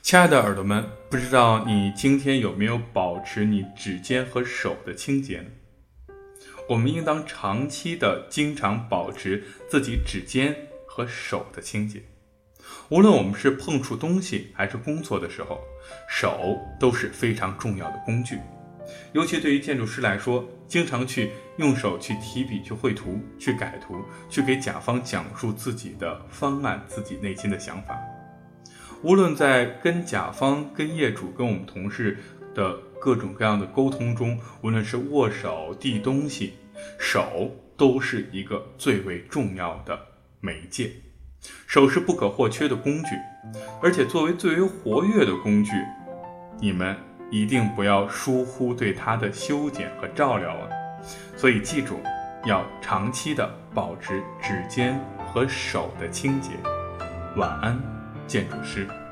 亲爱的耳朵们，不知道你今天有没有保持你指尖和手的清洁呢？我们应当长期的经常保持自己指尖和手的清洁。无论我们是碰触东西还是工作的时候，手都是非常重要的工具。尤其对于建筑师来说，经常去用手去提笔、去绘图、去改图、去给甲方讲述自己的方案、自己内心的想法。无论在跟甲方、跟业主、跟我们同事的各种各样的沟通中，无论是握手、递东西，手都是一个最为重要的媒介。手是不可或缺的工具，而且作为最为活跃的工具，你们一定不要疏忽对它的修剪和照料啊！所以记住，要长期的保持指尖和手的清洁。晚安，建筑师。